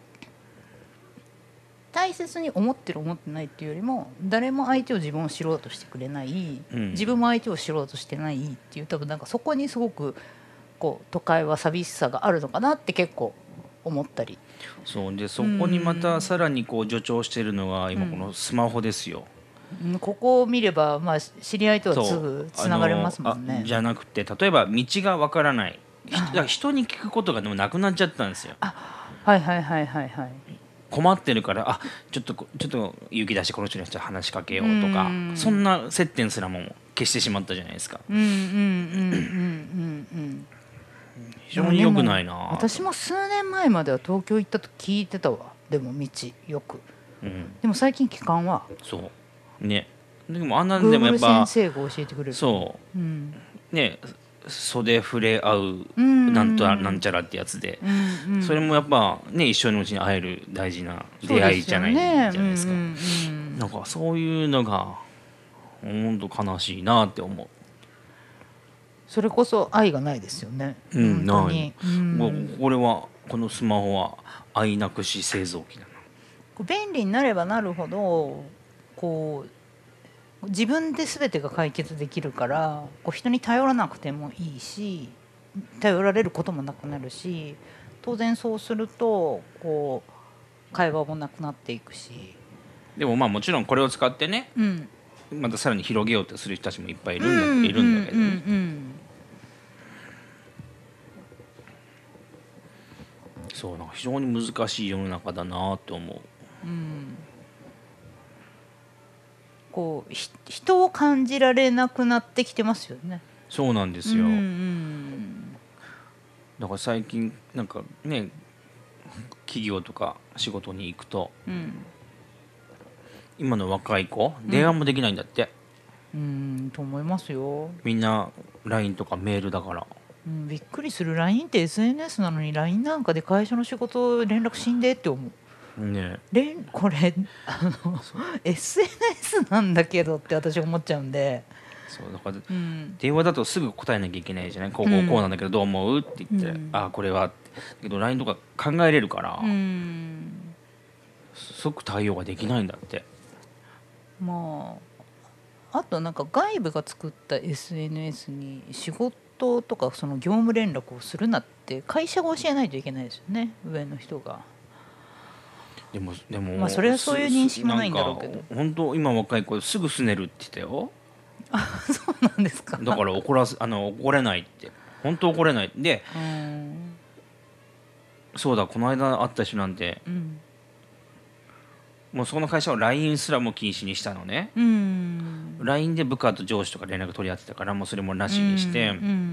大切に思ってる思ってないっていうよりも、誰も相手を自分を知ろうとしてくれない、自分も相手を知ろうとしてないっていう、多分なんかそこにすごくこう都会は寂しさがあるのかなって結構思ったり。 そうで、そこにまたさらにこう助長しているのが今このスマホですよ。 ここを見ればまあ知り合いとはすぐつながれますもんね。 じゃなくて、例えば道がわからない、人に聞くことがでもなくなっちゃったんですよ。困ってるからちょっと勇気出してこの人に話しかけようとか、そんな接点すらも消してしまったじゃないですか。非常に良くないな。 私も数年前までは東京行ったと聞いてたわ、でも道よく、でも最近聞かんわ。 そうね、でもあんなんでもやっぱ Google 先生が教えてくれる。 そうね、袖触れ合うなんちゃらってやつで、それもやっぱね、一生のうちに会える大事な出会いじゃないですか。なんかそういうのが本当悲しいなって思う。 それこそ愛がないですよね。本当に。 これはこのスマホは愛なくし製造機だな。 便利になればなるほどこう自分で全てが解決できるから、こう人に頼らなくてもいいし、 頼られることもなくなるし、当然そうするとこう会話もなくなっていくし。 でもまあもちろんこれを使ってね、 うん、 またさらに広げようとする人たちもいっぱいいるうんいるんだけどね。 んそうなんか非常に難しい世の中だなと思う。 うん、こう人を感じられなくなってきてますよね。 そうなんですよ、 うんだから最近なんかね、企業とか仕事に行くとうん今の若い子電話もできないんだって、 と思いますよ。 みんな LINE とかメールだから。 びっくりする。 LINE って SNS なのに LINE なんかで会社の仕事連絡しんでって思う。 ねこれSNS なんだけどって私思っちゃうんで。 そうだからうん電話だとすぐ答えなきゃいけないじゃない。こうこうこうなんだけどどう思うって言って、ああこれはってだけど LINE とか考えれるから、即対応ができないんだって。 まああとなんか外部が作った SNS に仕事とかその業務連絡をするなって会社が教えないといけないですよね、上の人が。 でもまあそれはそういう認識もないんだろうけど。 本当今若い子すぐすねるって言ってたよ。 そうなんですか。 だから怒れないって、本当怒れないで、そうだこの間会った人なんて、もうその会社は LINE すらも禁止にしたのね。LINE で部下と上司とか連絡取り合ってたからもうそれもなしにして、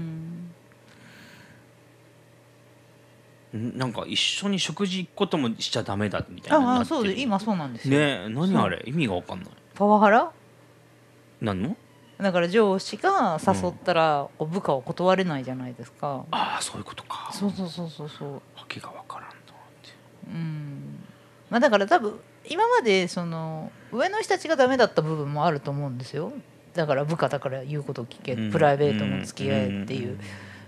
なんか一緒に食事行くこともしちゃダメだみたいな。 そうで今そうなんですよね。何あれ意味が分かんない。 パワハラ。 何のだから上司が誘ったら部下を断れないじゃないですか。 ああそういうことか。 そうわけが分からんと思って。 まあだから多分今までその上の人たちがダメだった部分もあると思うんですよ。だから部下だから言うことを聞け、プライベートも付き合えっていう、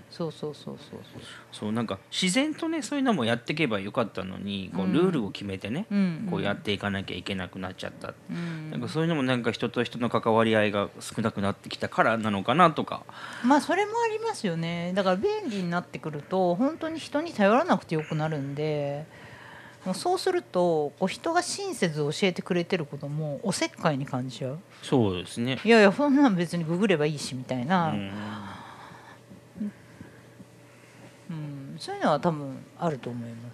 そうなんか自然とねそういうのもやっていけばよかったのに、こうルールを決めてね、こうやっていかなきゃいけなくなっちゃった、なんかそういうのもなんか人と人の関わり合いが少なくなってきたからなのかなとか。 まあそれもありますよね。だから便利になってくると本当に人に頼らなくてよくなるんで、もうそうするとこう人が親切を教えてくれてることもおせっかいに感じちゃう。 そうですね。 いやいやそんなん別にググればいいしみたいな、そういうのは多分あると思います。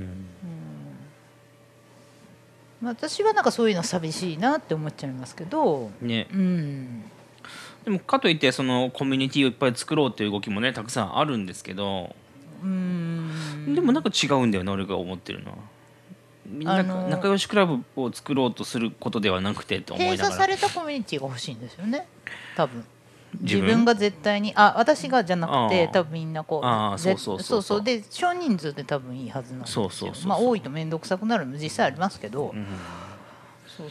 私はなんかそういうの寂しいなって思っちゃいますけどね。でもかといってそのコミュニティをいっぱい作ろうっていう動きもねたくさんあるんですけど、でもなんか違うんだよな俺が思ってるのは。みんな仲良しクラブを作ろうとすることではなくてと思いながら、 閉鎖されたコミュニティが欲しいんですよね多分。自分が絶対に私がじゃなくて多分みんなこうそうで少人数で多分いいはずなんですよ。まあ多いと面倒くさくなるの実際ありますけど、そう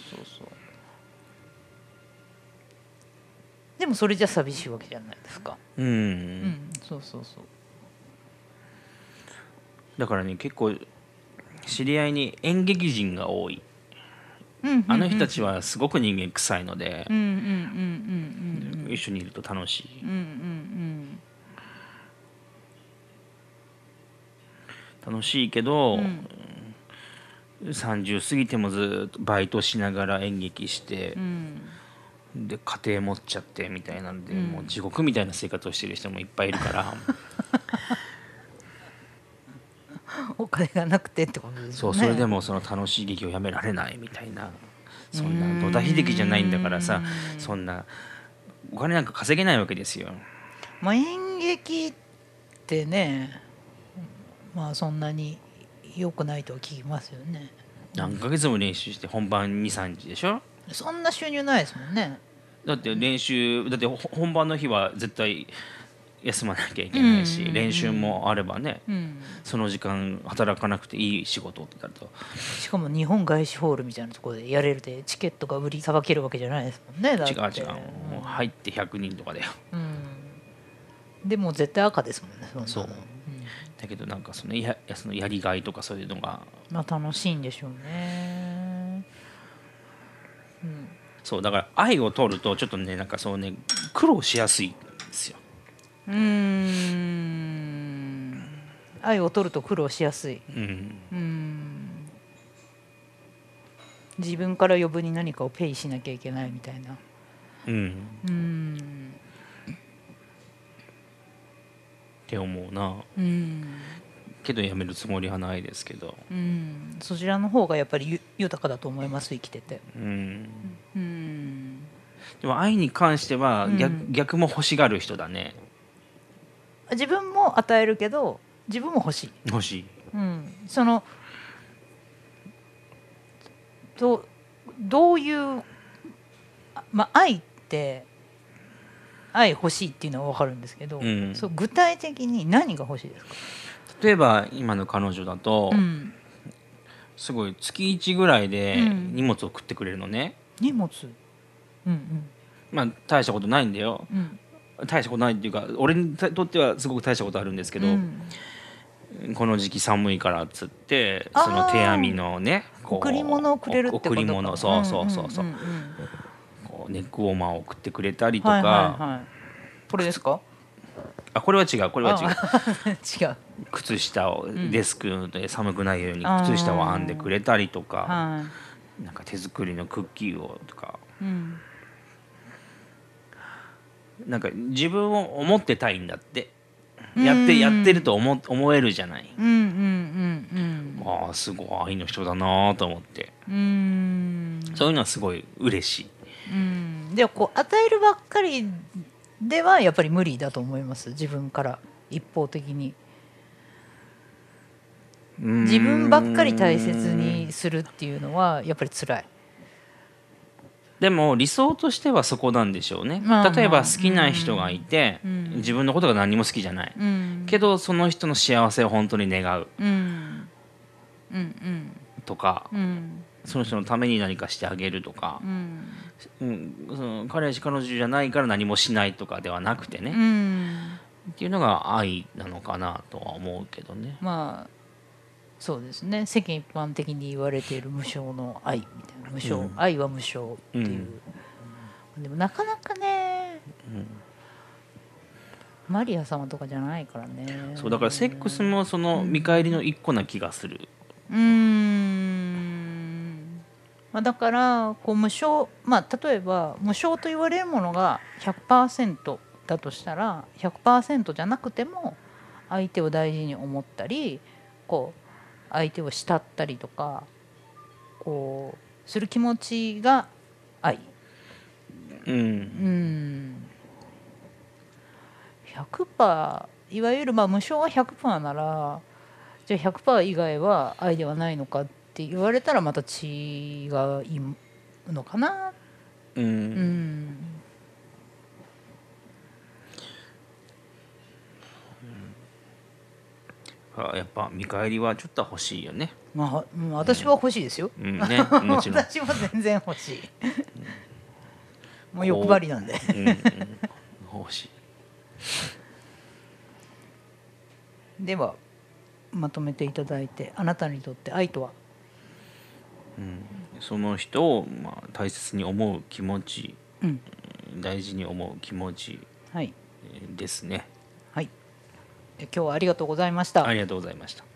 でもそれじゃ寂しいわけじゃないですか。そうだからね結構知り合いに演劇人が多い。あの人たちはすごく人間臭いので一緒にいると楽しい。楽しいけど、30過ぎてもずっとバイトしながら演劇して、で家庭持っちゃってみたいなんで、もう地獄みたいな生活をしてる人もいっぱいいるからお金がなくてってことですよね。 そうそれでもその楽しい劇をやめられないみたいな。そんな野田秀樹じゃないんだからさ、そんなお金なんか稼げないわけですよ。 まあ演劇ってね、まあそんなに良くないとは聞きますよね。 何ヶ月も練習して本番 2,3 日でしょ。 そんな収入ないですもんね。 だって本番の日は絶対休まなきゃいけないし、練習もあればね、その時間働かなくていい仕事ってなると、 しかも日本外資ホールみたいなところでやれるでチケットが売りさばけるわけじゃないですもんね。だって違うもう入って100人とかだよ。 でも絶対赤ですもんね。 そうだけどなんかそのやりがいとかそういうのがまあ楽しいんでしょうね。 そうだから愛を取るとちょっとねなんかそうね苦労しやすいんですよ。 愛を取ると苦労しやすい。自分から余分に何かをペイしなきゃいけないみたいな。 って思うな。けどやめるつもりはないですけど、 そちらの方がやっぱり豊かだと思います、生きてて。 でも愛に関しては逆も欲しがる人だね。 自分も与えるけど自分も欲しい。 欲しい。 そのどういう、愛って愛欲しいっていうのは分かるんですけど、そう具体的に何が欲しいですか？ 例えば今の彼女だと、すごい月1ぐらいで荷物を送ってくれるのね。 荷物、 大したことないんだよ、大したことないっていうか俺にとってはすごく大したことあるんですけど、この時期寒いからっつってその手編みのね贈り物をくれるってことか。 贈り物、そうネックウォーマーを送ってくれたりとか。 これですか？ これは違う、これは違う違う。 靴下をデスクで寒くないように靴下を編んでくれたりとか、なんか手作りのクッキーをとか、なんか自分を思ってたいんだって。やってると思えるじゃない。すごい愛の人だなと思って、そういうのはすごい嬉しい。 でも与えるばっかりではやっぱり無理だと思います。自分から一方的に自分ばっかり大切にするっていうのはやっぱり辛い。 でも理想としてはそこなんでしょうね。例えば好きな人がいて、自分のことが何も好きじゃない、けどその人の幸せを本当に願う、とか、その人のために何かしてあげるとか、その彼氏彼女じゃないから何もしないとかではなくてね、っていうのが愛なのかなとは思うけどね。 そうですね。世間一般的に言われている無償の愛みたいな、無償、愛は無償っていう、でもなかなかね、マリア様とかじゃないからね。 そうだからセックスもその見返りの一個な気がする。 だからこう無償、例えば無償と言われるものが 100% だとしたら 100% じゃなくても相手を大事に思ったり、こう相手を慕ったりとかこうする気持ちが愛。100%いわゆる無償は 100% ならじゃあ 100% 以外は愛ではないのかって言われたらまた違うのかな。 やっぱ見返りはちょっと欲しいよね。 私は欲しいですよ。 もちろん私は全然欲しい。もう欲張りなんで。 欲しい。 ではまとめていただいて、あなたにとって愛とは？ その人を大切に思う気持ち、大事に思う気持ちですね。 今日はありがとうございました。 ありがとうございました。